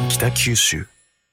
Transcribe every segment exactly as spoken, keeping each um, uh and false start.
北九州。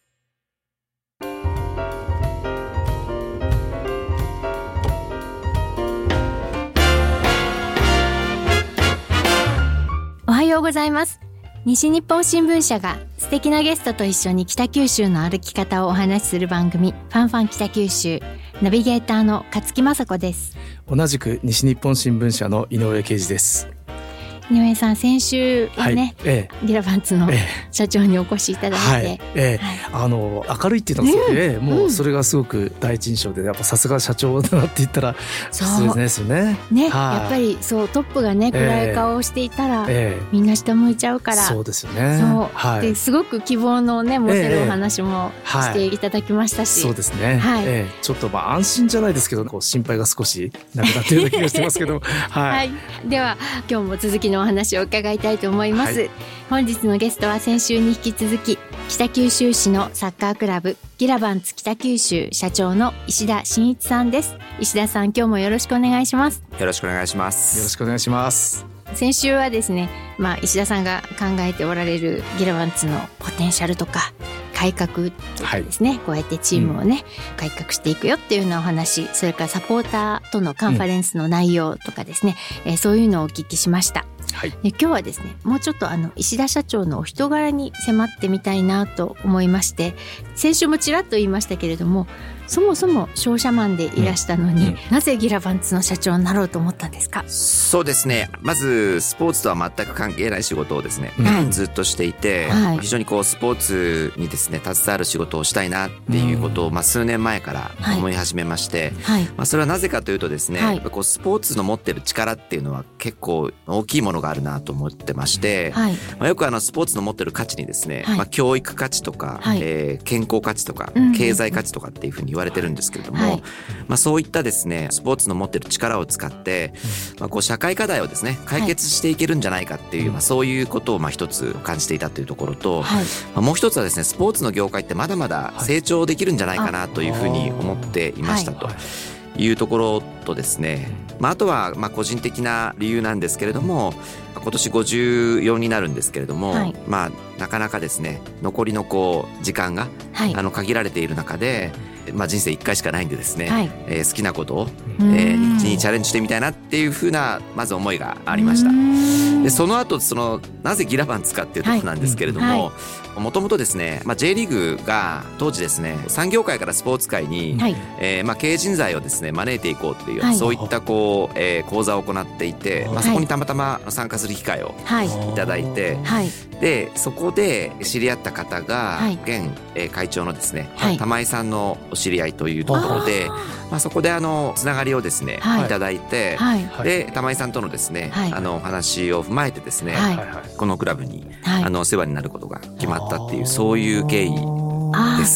おはようございます。西日本新聞社が素敵なゲストと一緒に北九州の歩き方をお話しする番組、ファンファン北九州、ナビゲーターの勝木雅子です。 同じく西日本新聞社の井上啓二です。 井上さん、先週はね、 はいええ、 ギラバンツの社長にお越しいただいて、 はいええはい、あの明るいって言ったんですよ、ねええ、もうそれがすごく第一印象で、やっぱさすが社長だなって言ったら失礼ですよね。 ね、やっぱりそうトップがね暗い顔をしていたら、ええ、みんな下向いちゃうから、 そうですよね。 そう、 はい、 ですごく希望のね持てるお話もしていただきましたし、 ええはい、そうですね、はいええ、ちょっとまあ安心じゃないですけど、こう心配が少しなくなっているような気がしてますけど、はいはい、 では今日も続きのお話を伺いたいと思います、はい、本日のゲストは先週に引き続き北九州市のサッカークラブギラバンツ北九州社長の石田真一さんです。石田さん、今日もよろしくお願いします。 よろしくお願いします。 よろしくお願いします。 先週はですね、まあ、石田さんが考えておられるギラバンツのポテンシャルとか改革とかですね、はい、こうやってチームをね、うん、改革していくよっていうようなお話、それからサポーターとのカンファレンスの内容とかですね、うんえー、そういうのをお聞きしました。はい、で今日はですね、もうちょっとあの石田社長のお人柄に迫ってみたいなと思いまして、先週もちらっと言いましたけれども、そもそも商社マンでいらしたのに、うんうん、なぜギラバンツの社長になろうと思ったんですか？ そうですね、まずスポーツとは全く関係ない仕事をですね、はい、ずっとしていて、はい、非常にこうスポーツにですね携わる仕事をしたいなっていうことを、まあ、数年前から思い始めまして、はいまあ、それはなぜかというとですね、はい、こうスポーツの持ってる力っていうのは結構大きいものがあるなと思ってまして、はいまあ、よくあのスポーツの持ってる価値にですね、はいまあ、教育価値とか、はいえー、健康価値とか、うん、経済価値とかっていうふうに言われてるんですけれども、はいまあ、そういったですねスポーツの持ってる力を使って、まあ、こう社会課題をですね解決していけるんじゃないかっていう、はいまあ、そういうことをまあ一つ感じていたというところと、はいまあ、もう一つはですねスポーツの業界ってまだまだ成長できるんじゃないかなというふうに思っていましたというところとですね、まあ、あとはまあ個人的な理由なんですけれども、今年ごじゅうよんになるんですけれども、はい、まあなかなかですね残りのこう時間が、はい、あの限られている中で、まあ、人生いっかいしかないんでですね、はいえー、好きなことを、えー、にチャレンジしてみたいなっていうふうなまず思いがありました。でその後そのなぜギラバンツかっていうところなんですけれども、もともとですね、まあ、J リーグが当時ですね産業界からスポーツ界に、はいえーまあ、経営人材をですね招いていこうという、はい、そういったこう、えー、講座を行っていて、はいまあ、そこにたまたま参加する機会をいただいて、はい、でそこで知り合った方が、はい、現、えー、会長のですね、はい、玉井さんのお知り合いというところで、まあ、そこであのつながりをですね、はい、いただいて、はい、で玉井さんとのですね、はい、あのお話を踏まえてですね、はい、このクラブに、はい、あのお世話になることが決まったっていうそういう経緯です。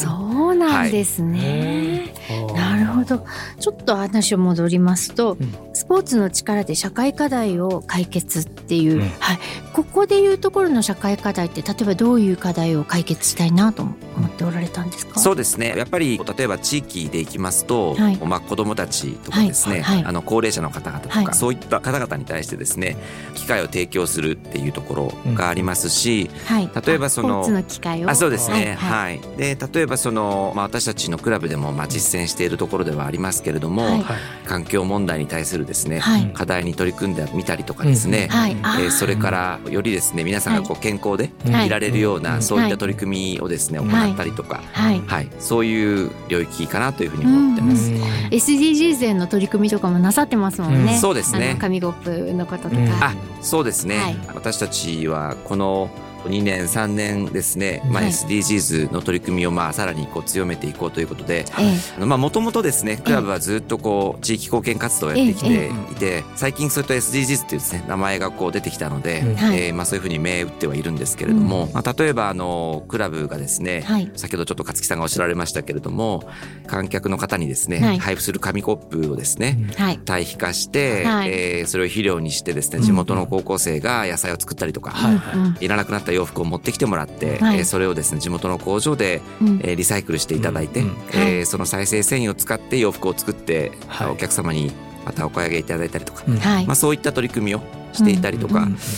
あ、そうなんですね、はい、なるほど。ちょっと話を戻りますと、うん、スポーツの力で社会課題を解決っていう、うんはい、ここでいうところの社会課題って例えばどういう課題を解決したいなと思っておられたんですか？ そうですね、やっぱり例えば地域でいきますと、はいまあ、子どもたちとかですね、はいはい、あの高齢者の方々とか、はい、そういった方々に対してですね機会を提供するっていうところがありますし、うんはい、例えばそのスポーツの機会をあそうですね、はいはい、で例えばその、まあ、私たちのクラブでもまあ実践しているところではありますけれども、はい、環境問題に対するですね、はい、課題に取り組んでみたりとかですね、うんはいえー、それからよりですね皆さんがこう健康でいられるような、はい、そういった取り組みをですね行ったりとか、はいはい、そういう領域かなというふうに思ってます、うんうん、 エスディージーズ への取り組みとかもなさってますもんね、 うん、そうですね、 あの紙コップのこととか、 うん、あそうですね、はい、私たちはこのにねんさんねんですね、まあ、エスディージーズ の取り組みをまあさらにこう強めていこうということで、もともとですねクラブはずっとこう地域貢献活動をやってきていて、最近そういった エスディージーズ っていうですね名前がこう出てきたので、えーまあそういうふうに銘打ってはいるんですけれども、まあ、例えばあのクラブがですね、先ほどちょっと勝木さんがおっしゃられましたけれども、観客の方にですね配布する紙コップをですね堆肥化して、えー、それを肥料にしてですね地元の高校生が野菜を作ったりとか、いらなくなった洋服を持ってきてもらって、はいえー、それをですね地元の工場で、うんえー、リサイクルしていただいて、うんえー、その再生繊維を使って洋服を作って、はい、お客様にまたお買い上げいただいたりとか、うんまあ、そういった取り組みをしていたりとか、うんうんうん、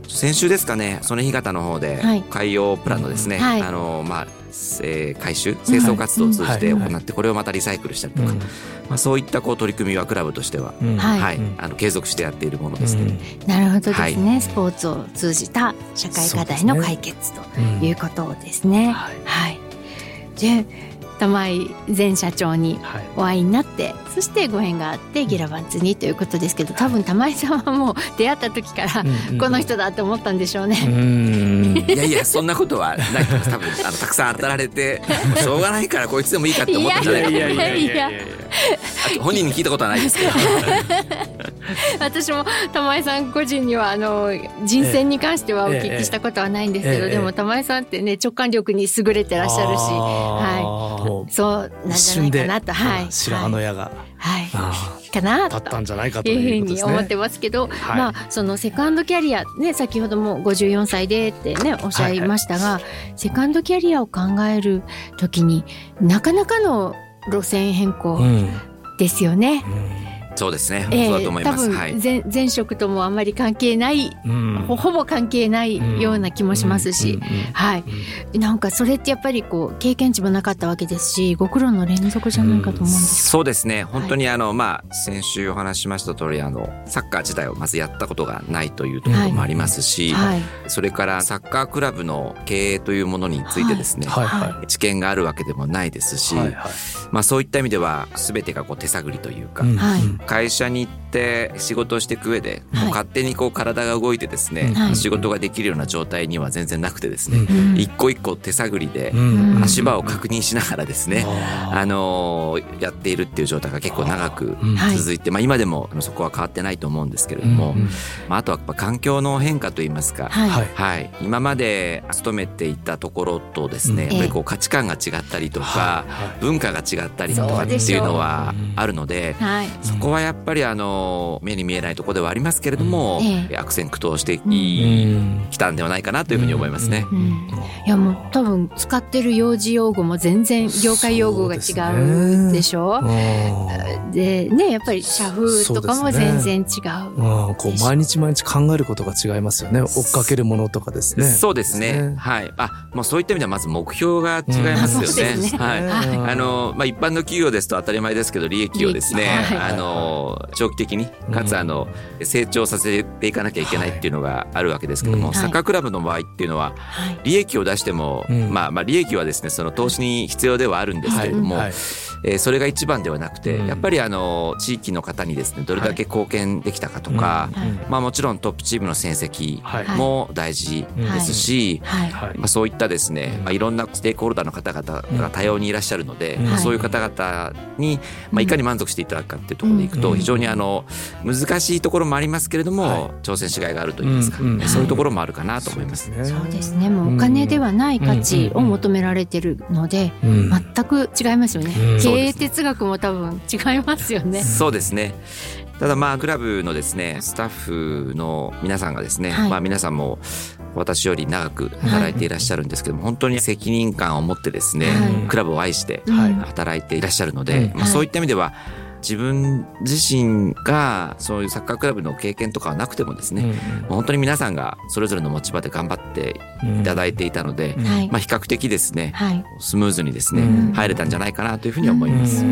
先週ですかね、その日方の方で海洋プランのですね、はい、あのまあえー、回収清掃活動を通じて行ってこれをまたリサイクルしたりとか、まあ、そういったこう取り組みはクラブとしては、はいはい、あの継続してやっているものですね。 なるほどですね、はい、スポーツを通じた社会課題の解決ということですね。はい、はい、で玉井前社長にお会いになって、はい、そしてご縁があってギラバンツにということですけど、多分玉井さんはもう出会った時からこの人だって思ったんでしょうね。うんうんいやいやそんなことはないと思います。多分あのたくさん当たられてしょうがないからこいつでもいいかって思ったんじゃないかと思います。いやいやいやいや本人に聞いたことはないですけど私も玉井さん個人にはあの人選に関してはお聞きしたことはないんですけど、ええええ、でも玉井さんってね直感力に優れてらっしゃるし、はい、そうなんじゃないかなと、はい、 白羽の矢が、 はいはい、かなとだったんじゃないかというふうに思ってますけど、はい、まあそのセカンドキャリアね、先ほどもごじゅうよんさいでってねおっしゃいましたが、はいはい、セカンドキャリアを考えるときになかなかの路線変更ですよね。うんうんそうですね、えー、そうだと思います。 多分 前,、はい、前職ともあんまり関係ない、うん、ほ, ほぼ関係ないような気もしますし、うんうんうん、はい、なんかそれってやっぱりこう経験値もなかったわけですし、ご苦労の連続じゃないかと思うんです、うん、 そうですね、本当にあの、はい、まあ先週お話ししました通り、あのサッカー自体をまずやったことがないというところもありますし、はいはい、それからサッカークラブの経営というものについてですね、はいはい、知見があるわけでもないですし、はいはい、まあそういった意味では全てがこう手探りというか、うん、会社に行って仕事をしていく上で、はい、もう勝手にこう体が動いてですね、はい、仕事ができるような状態には全然なくてですね、うん、一個一個手探りで足場を確認しながらですね、うん、あのー、やっているっていう状態が結構長く続いて、まあ、今でもそこは変わってないと思うんですけれども、うんまあ、あとはやっぱ環境の変化といいますか、はいはい、今まで勤めていたところとですね、やっぱりこう価値観が違ったりとか、はい、文化が違ったりとかっていうのはあるので、はい、そこはやっぱりあの目に見えないところではありますけれども、うん、悪戦苦闘してきたんではないかなというふうに思いますね。うんうん、 いやもう多分使ってる用字用語も全然業界用語が違うでしょ。でね、やっぱり社風とかも全然違うでしょ。 うん、こう毎日毎日考えることが違いますよね。追っかけるものとかですね。 そうですね。はい。あ、もうそういった意味ではまず目標が違いますよね。うん、そうですね。はい。あのまあ一般の企業ですと当たり前ですけど、利益をですね、はい、あの長期的にかつあの成長させていかなきゃいけないっていうのがあるわけですけども、はい、サッカークラブの場合っていうのは利益を出しても、はい、まあまあ利益はですねその投資に必要ではあるんですけれども、はいはい、えー、それが一番ではなくて、うん、やっぱりあの地域の方にですねどれだけ貢献できたかとか、はい、まあもちろんトップチームの成績も大事ですし、はいはい、まあ、そういったですね、まあ、いろんなステークホルダーの方々が多様にいらっしゃるので、うん、まあ、そういう方々に、まあ、いかに満足していただくかっていうところでいくと非常にあの難しいところもありますけれども、はい、挑戦しがいがあるといいますか、うんうん、そういうところもあるかなと思います、 はい、そうですね。もうお金ではない価値を求められているので、うん、全く違いますよね、うん、経営哲学も多分違いますよね。 そうですね。ただまあクラブのですねスタッフの皆さんがですね、はい、まあ皆さんも私より長く働いていらっしゃるんですけども、はい、本当に責任感を持ってですね、はい、クラブを愛して働いていらっしゃるので、はい、まあ、そういった意味では自分自身がそういうサッカークラブの経験とかはなくてもですね、うんうん、本当に皆さんがそれぞれの持ち場で頑張っていただいていたので、うん、まあ、比較的ですね、はい、スムーズにですね、うん、入れたんじゃないかなというふうに思います。 うん、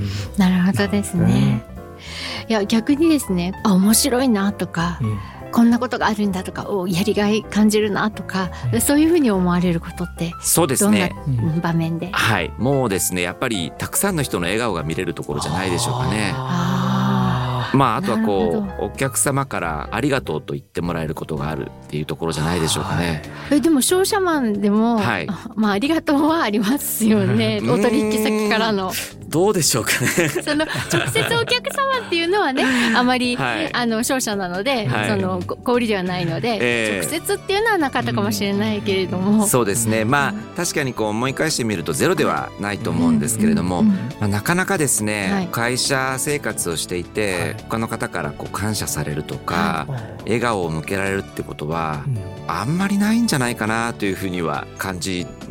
なるほどですね。うん、いや逆にですね、あ、面白いなとか、うん、こんなことがあるんだとか、おやりがい感じるなとか、うん、そういうふうに思われることってそうですね、 どんな場面で、 はい、もうですねやっぱりたくさんの人の笑顔が見れるところじゃないでしょうかね。あ, まあ、あとはこうお客様からありがとうと言ってもらえることがあるっていうところじゃないでしょうかね。 えでも商社マンでも、はい、まあ、ありがとうはありますよね、お取引先からの。 どうでしょうかね。 その直接お客様っていうのはねあまり、はい、あの商社なので、はい、その小売りではないので、えー、直接っていうのはなかったかもしれないけれども、 うん、そうですね。まあ確かにこう思い返してみるとゼロではないと思うんですけれども、うんうんうん、まあ、なかなかですね、はい、会社生活をしていて、はい、他の方からこう感謝されるとか、はい、笑顔を向けられるってことは、うん、あんまりないんじゃないかなというふうには感じ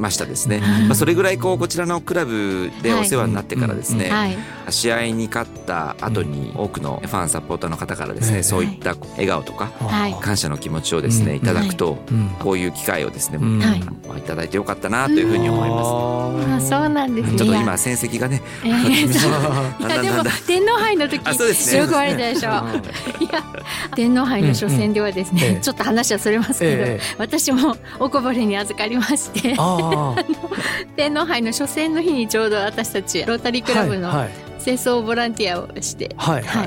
ましたですね、まあ、それぐらいこうこちらのクラブでお世話になってからですね、はい、試合に勝った後に多くのファンサポーターの方からですね、はい、そういった笑顔とか、はい、感謝の気持ちをですねいただくと、はい、こういう機会をですね、はい、まあ、いただいてよかったなというふうに思います、 ね、あ、そうなんですね。 ちょっと今戦績がね、えー、 いやでも天皇杯の時よく割れたでしょ。いや天皇杯の初戦ではですね、うんうん、ちょっと話はそれますけど、えー、私もおこぼれに預かりましてああ天皇杯の初戦の日にちょうど私たちロータリークラブの清掃ボランティアをして、はいはいはい、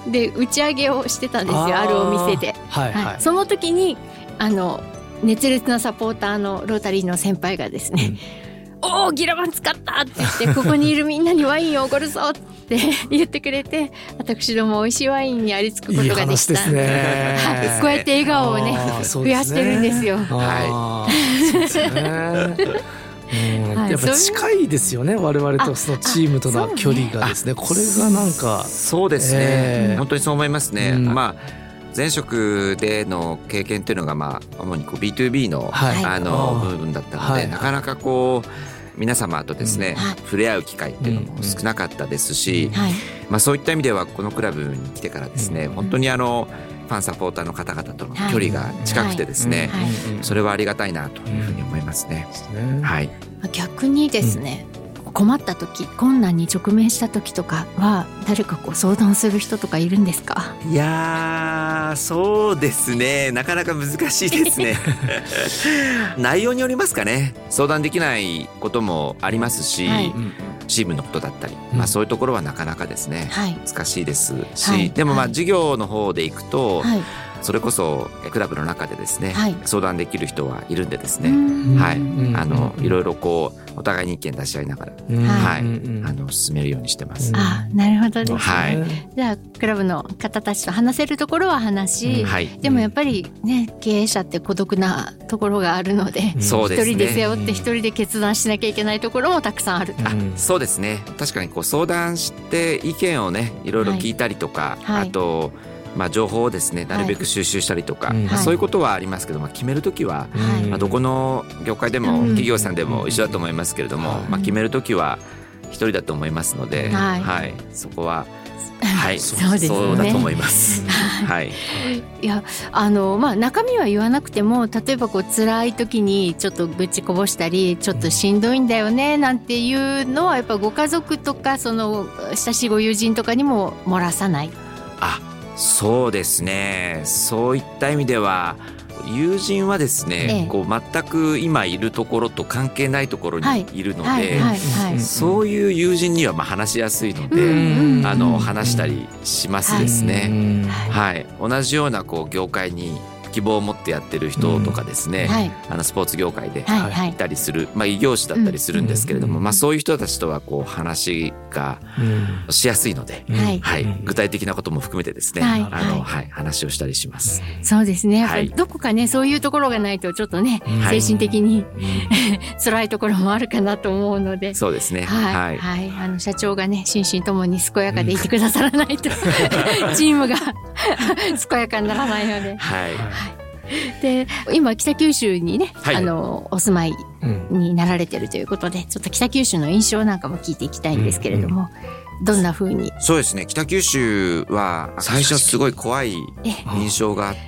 で打ち上げをしてたんですよ、 あ, あるお店で、はいはいはい、その時にあの熱烈なサポーターのロータリーの先輩がですね、うん、おーギラバン使ったって言ってここにいるみんなにワインをおごるぞって言ってくれて、私ども美味しいワインにありつくことができた。いい話ですね、はい、こうやって笑顔をね増やしてるんですよ。はい、そうですねうん、やっぱ近いですよね、我々とそのチームとの距離がですね、これがなんかそうですね、えー、本当にそう思いますね、うん、まあ前職での経験っていうのがまあ主にこう ビーツービー の、はい、あの部分だったので、はい、なかなかこう皆様とですね、うん、触れ合う機会っていうのも少なかったですし、うんうん、まあ、そういった意味ではこのクラブに来てからですね、うん、本当にあのファンサポーターの方々との距離が近くてですね、はいはい、それはありがたいなというふうに思いますね、うん、はい、 逆にですね、うん、困った時困難に直面した時とかは誰かこう相談する人とかいるんですか？ いやそうですね、なかなか難しいですね内容によりますかね。相談できないこともありますし、はい、チームのことだったり、まあ、そういうところはなかなかですね、はい、難しいですし、はい、でもまあ授業の方でいくと、はい、それこそクラブの中でですね、はい、相談できる人はいるんでですね、はい、あのいろいろこうお互いに意見出し合いながら、はい、あの進めるようにしてます。 あ、なるほどですね、はい、じゃあクラブの方たちと話せるところは話し、はい、でもやっぱりね経営者って孤独なところがあるので、うん、そうですね、一人で背負って一人で決断しなきゃいけないところもたくさんある、うん、 あ、そうですね、確かにこう相談して意見をねいろいろ聞いたりとか、はい、あとまあ、情報をですねなるべく収集したりとか、はい、まあ、そういうことはありますけど、まあ、決めるときは、はい、まあ、どこの業界でも企業さんでも一緒だと思いますけれども、はい、まあ、決めるときは一人だと思いますので、はいはい、そこははい、そうですね、そうだと思います。はい。 いや、あのまあ中身は言わなくても、例えばこう辛い時にちょっと愚痴こぼしたり、ちょっとしんどいんだよねなんていうのはやっぱご家族とかその親しいご友人とかにも漏らさない。 あ、そうですね。そういった意味では。友人はですね、ええ、こう全く今いるところと関係ないところにいるので、そういう友人にはまあ話しやすいので、うん、あの話したりしますですね。はい、はい、同じようなこう業界に希望を持ってやってる人とかですね、うん、はい、あのスポーツ業界でいたりする、はいはい、まあ、異業種だったりするんですけれども、うん、まあ、そういう人たちとはこう話がしやすいので、うん、はいはい、具体的なことも含めてですね、はいあのはい、話をしたりします。 そうですね、はい、どこかねそういうところがないとちょっとね、はい、精神的に、うん、辛いところもあるかなと思うので、 そうですね、 はいはいはい、あの社長がね心身ともに健やかでいてくださらないと、うん、チームが健やかにならないので、はいで今北九州にね、はい、あのお住まいになられてるということで、うん、ちょっと北九州の印象なんかも聞いていきたいんですけれども、うんうん、どんな風に。 そうですね、北九州は最初すごい怖い印象があって、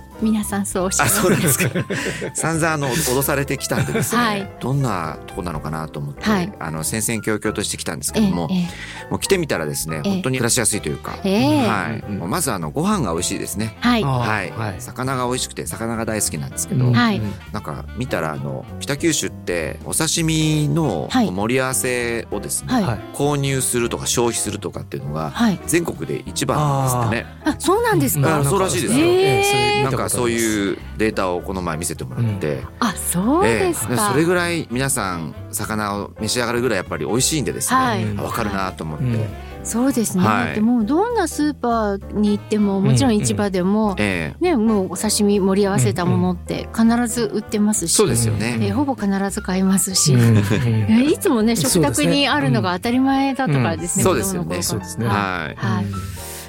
皆さんそうおっしゃる。 あ、そうですか。散々あの脅されてきたんでですね、はい、どんなとこなのかなと思って、はい、あの戦々恐々としてきたんですけども、ええ、もう来てみたらですね、本当に暮らしやすいというか、えはい、もうまずあのご飯が美味しいですね。はい、はいはい、魚が美味しくて魚が大好きなんですけど、うん、なんか見たらあの北九州ってお刺身の盛り合わせをですね、はい、購入するとか消費するとかっていうのが全国で一番なんですってね。 あ、そうなんですか。 そうらしいですよ。えー、なんかそういうデータをこの前見せてもらって、うん、 あ、そうですか、 えー、それぐらい皆さん魚を召し上がるぐらいやっぱり美味しいんでですね、はい、分かるなと思って、はい、うん、 そうですね、はい、でもどんなスーパーに行ってももちろん市場でも、うんうん、えーね、もうお刺身盛り合わせたものって必ず売ってますし、 そうですよね、 えー、ほぼ必ず買いますし、うんうん、いつもね食卓にあるのが当たり前だったからですね、 そうですね、そうですね、はい、はい、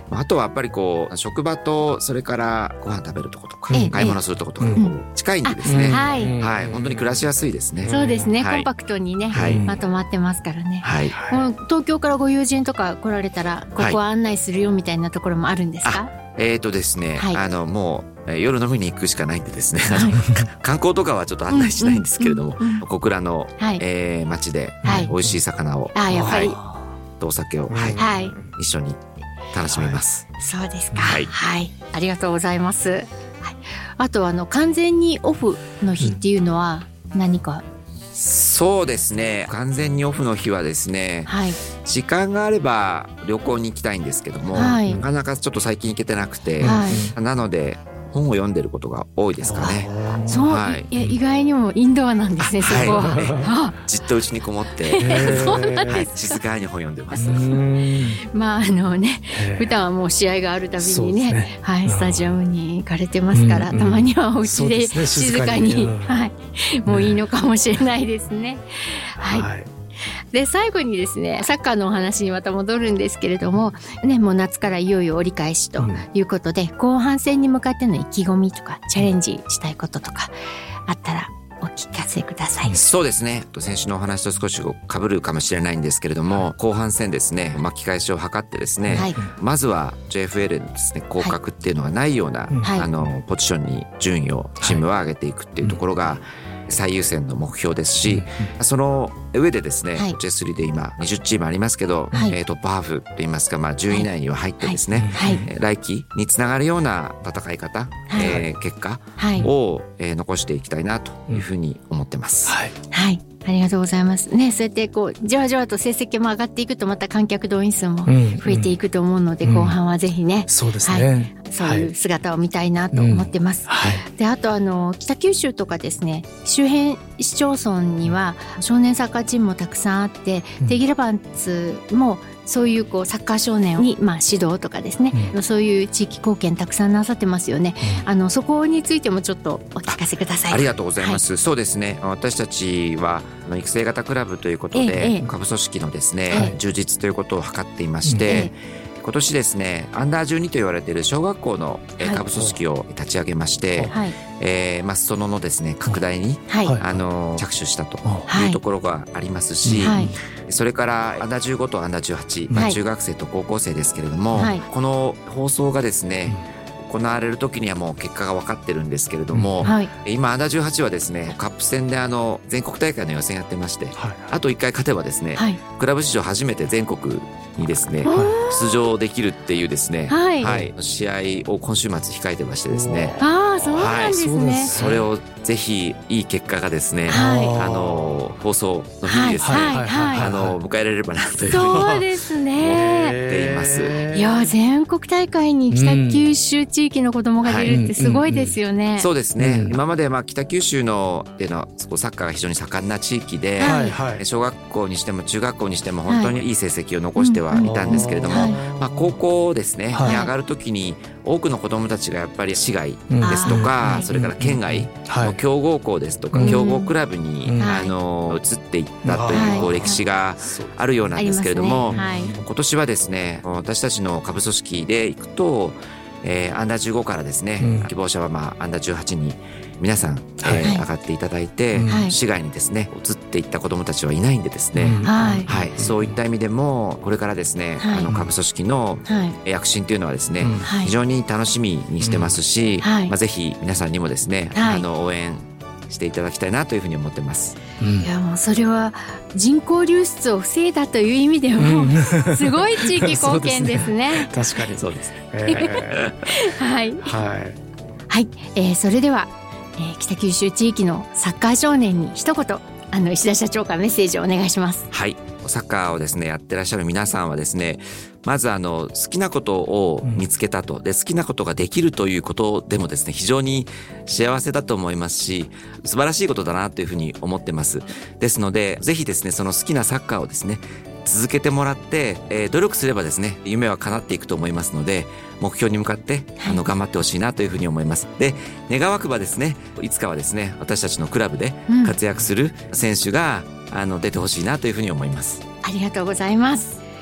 あとはやっぱりこう職場とそれからご飯食べるとことか、 ええ、 買い物するとことか、うん、近いんでですね、はい、はい、本当に暮らしやすいですね。 そうですね、はい、コンパクトにね、はい、まとまってますからね、はい、もう東京からご友人とか来られたらここは案内するよみたいなところもあるんですか？はい、 えーとですね、はい、あのもう夜飲みに行くしかないんでですね、はい、観光とかはちょっと案内しないんですけれども、うんうんうん、小倉の、はい、えー、町で、はい、美味しい魚を、あ、やっぱり、はい、とお酒を、はいはい、一緒に楽しみます。 はい、そうですか、はい、はい、ありがとうございます。はい、あとあの完全にオフの日っていうのは何か、うん、 そうですね、完全にオフの日はですね、はい、時間があれば旅行に行きたいんですけども、はい、なかなかちょっと最近行けてなくて、はい、なので本を読んでることが多いですかね。 そう、はい、いや意外にもインドアなんですね、そこは。 はい、じっとうちにこもって、はい、静かに本読んでます。 まああのね、普段はもう試合があるたびにね、ね、はい、スタジアムに行かれてますから、うんうん、たまにはお家で静かに、ね、はい、もういいのかもしれないですね。はい。はい、で最後にですね、サッカーのお話にまた戻るんですけれども、ね、もう夏からいよいよ折り返しということで、うん、後半戦に向かっての意気込みとかチャレンジしたいこととかあったらお聞かせください。 そうですね、先週のお話と少し被るかもしれないんですけれども、はい、後半戦ですね、巻き返しを図ってですね、はい、まずは ジェイエフエル のですね、降格っていうのがないような、はい、あのポジションに順位をチームは上げていくっていうところが、はい、最優先の目標ですし、うん、その上でですね、はい、ジェイスリー で今にじゅっチームありますけど、はい、えー、トップハーフといいますか、まあ、じゅうい以内には入ってですね、はいはい、来季につながるような戦い方、はい、えー、結果を、はい、えー、残していきたいなというふうに思ってます。はい、はい、 ありがとうございますね。そうやってこうじわじわと成績も上がっていくと、また観客動員数も増えていくと思うので、うんうん、後半はぜひね、 そうですね、 はい、そういう姿を見たいなと思ってます。はい、うん、はい、であとあの北九州とかですね、周辺市町村には少年サッカーチームもたくさんあって、うん、でギラバンツもそういうこうサッカー少年にまあ指導とかですね、うん、そういう地域貢献たくさんなさってますよね。うん、あのそこについてもちょっとお聞かせください。 あ, ありがとうございます。はい、そうですね、私たちは育成型クラブということで、ええ、下部組織のですね、ええ、充実ということを図っていまして、ええ、今年ですね、アンダーじゅうにと言われている小学校の下部組織を立ち上げまして、はい、えーまあ、裾野のですね拡大に、はい、あの着手したというところがありますし、はい、それからアンダーじゅうごとアンダーじゅうはち、まあ、中学生と高校生ですけれども、はい、この放送がですね、行われる時にはもう結果が分かってるんですけれども、うん、はい、今アンダーじゅうはちはですね、カップ戦であの全国大会の予選やってまして、はい、あといっかい勝てばですね、はい、クラブ史上初めて全国にですね、出場できるっていうですね、はいはい、試合を今週末控えてましてですね、 ああ、そうなんですね、はい、 それをぜひいい結果がですね、はい、あの放送の日にですね、はいはいはい、あの迎えられればなというふうにそうですね、 思っています。 いや、全国大会に北九州地域の子どもが出るってすごいですよね。はい、 そうですね、うん、今までまあ北九州のっていうのはサッカーが非常に盛んな地域で、はいはい、小学校にしても中学校にしても本当にいい成績を残してはいたんですけれども、はい、まあ、高校ですね、はい、に上がるときに多くの子どもたちがやっぱり市外ですとか、うん、それから県外の強豪校ですとか、はい、強豪クラブに、うん、あの移っていったという、こう歴史があるようなんですけれども、はいはい、今年はですね、私たちの下部組織でいくと、えー、アンダーじゅうごからですね、うん、希望者はまあアンダーじゅうはちに皆さん、えーはい、上がっていただいて、はい、市外にですね移っていった子どもたちはいないんでですね、はいはい、そういった意味でもこれからですね、はい、あの下部組織の躍進というのはですね、はい、非常に楽しみにしてますし、はい、まあ、ぜひ皆さんにもですね、はい、あの応援していただきたいなというふうに思ってます。 うん、いや、もうそれは人口流出を防いだという意味でも、うん、すごい地域貢献ですね。 確かにそうですね。えー、はいはい、はい、えー、それでは、えー、北九州地域のサッカー少年に一言、あの石田社長からメッセージをお願いします。 はい、サッカーをですねやってらっしゃる皆さんはですね、まずあの好きなことを見つけたと、で好きなことができるということでもですね非常に幸せだと思いますし、素晴らしいことだなというふうに思ってます。ですのでぜひですねその好きなサッカーをですね続けてもらって、えー、努力すればですね夢は叶っていくと思いますので、目標に向かって、はい、あの頑張ってほしいなというふうに思います。で願わくばですねいつかはですね私たちのクラブで活躍する選手が、うん、あの出てほしいなというふうに思います。 ありがとうございます。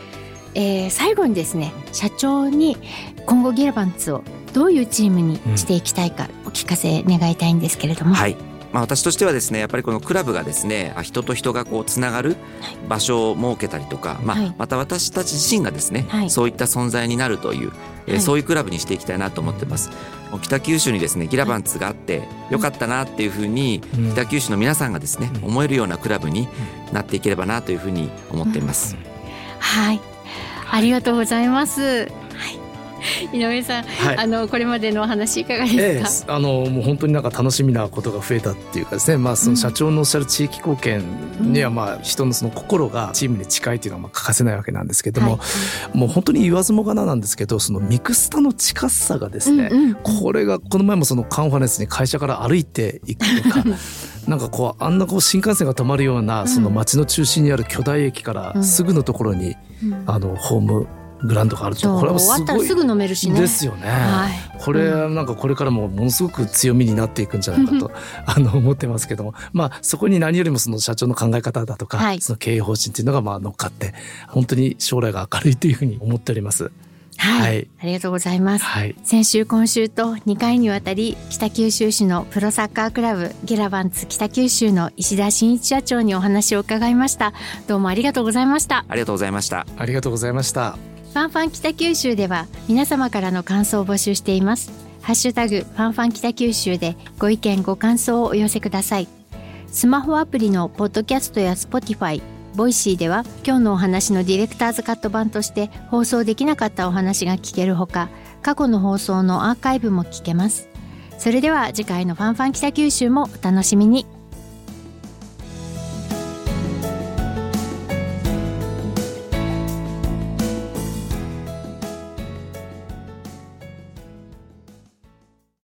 えー、最後にですね、社長に今後ギラバンツをどういうチームにしていきたいかお聞かせ願いたいんですけれども、 うん、はい、まあ、私としてはですね、やっぱりこのクラブがですね、人と人がこうつながる場所を設けたりとか、はい、まあ、また私たち自身がですね、はい、そういった存在になるという、えーはい、そういうクラブにしていきたいなと思ってます。北九州にですねギラバンツがあってよかったなっていうふうに、うん、北九州の皆さんがですね、うん、思えるようなクラブになっていければなというふうに思っています、うん、 はい、ありがとうございます、はい、井上さん、はい、あのこれまでのお話いかがですか？ ええ、あのもう本当になんか楽しみなことが増えたっていうかですね、まあ、その社長のおっしゃる地域貢献には、まあ人のその心がチームに近いっていうのはまあ欠かせないわけなんですけども、はい、もう本当に言わずもがななんですけど、そのミクスタの近さがですね、うんうん、これがこの前もそのカンファレンスに会社から歩いていくとかなんかこうあんなこう新幹線が止まるようなその街の中心にある巨大駅からすぐのところに、うん、あのホームグランドがあると、これはすごい終わったらすぐ飲めるしねですよね、はい、これはなんかこれからもものすごく強みになっていくんじゃないかとあの思ってますけども、まあそこに何よりもその社長の考え方だとか、はい、その経営方針っていうのがまあ乗っかって本当に将来が明るいというふうに思っております。 はい、はい、ありがとうございます、はい、先週今週とにかいにわたり北九州市のプロサッカークラブギラバンツ北九州の石田真一社長にお話を伺いました。どうもありがとうございました。 ありがとうございました。 ありがとうございました。 ファンファン北九州では皆様からの感想を募集しています。ハッシュタグファンファン北九州でご意見ご感想をお寄せください。スマホアプリのポッドキャストや Spotify、ボイシーでは今日のお話のディレクターズカット版として放送できなかったお話が聞けるほか、過去の放送のアーカイブも聞けます。それでは次回のファンファン北九州もお楽しみに。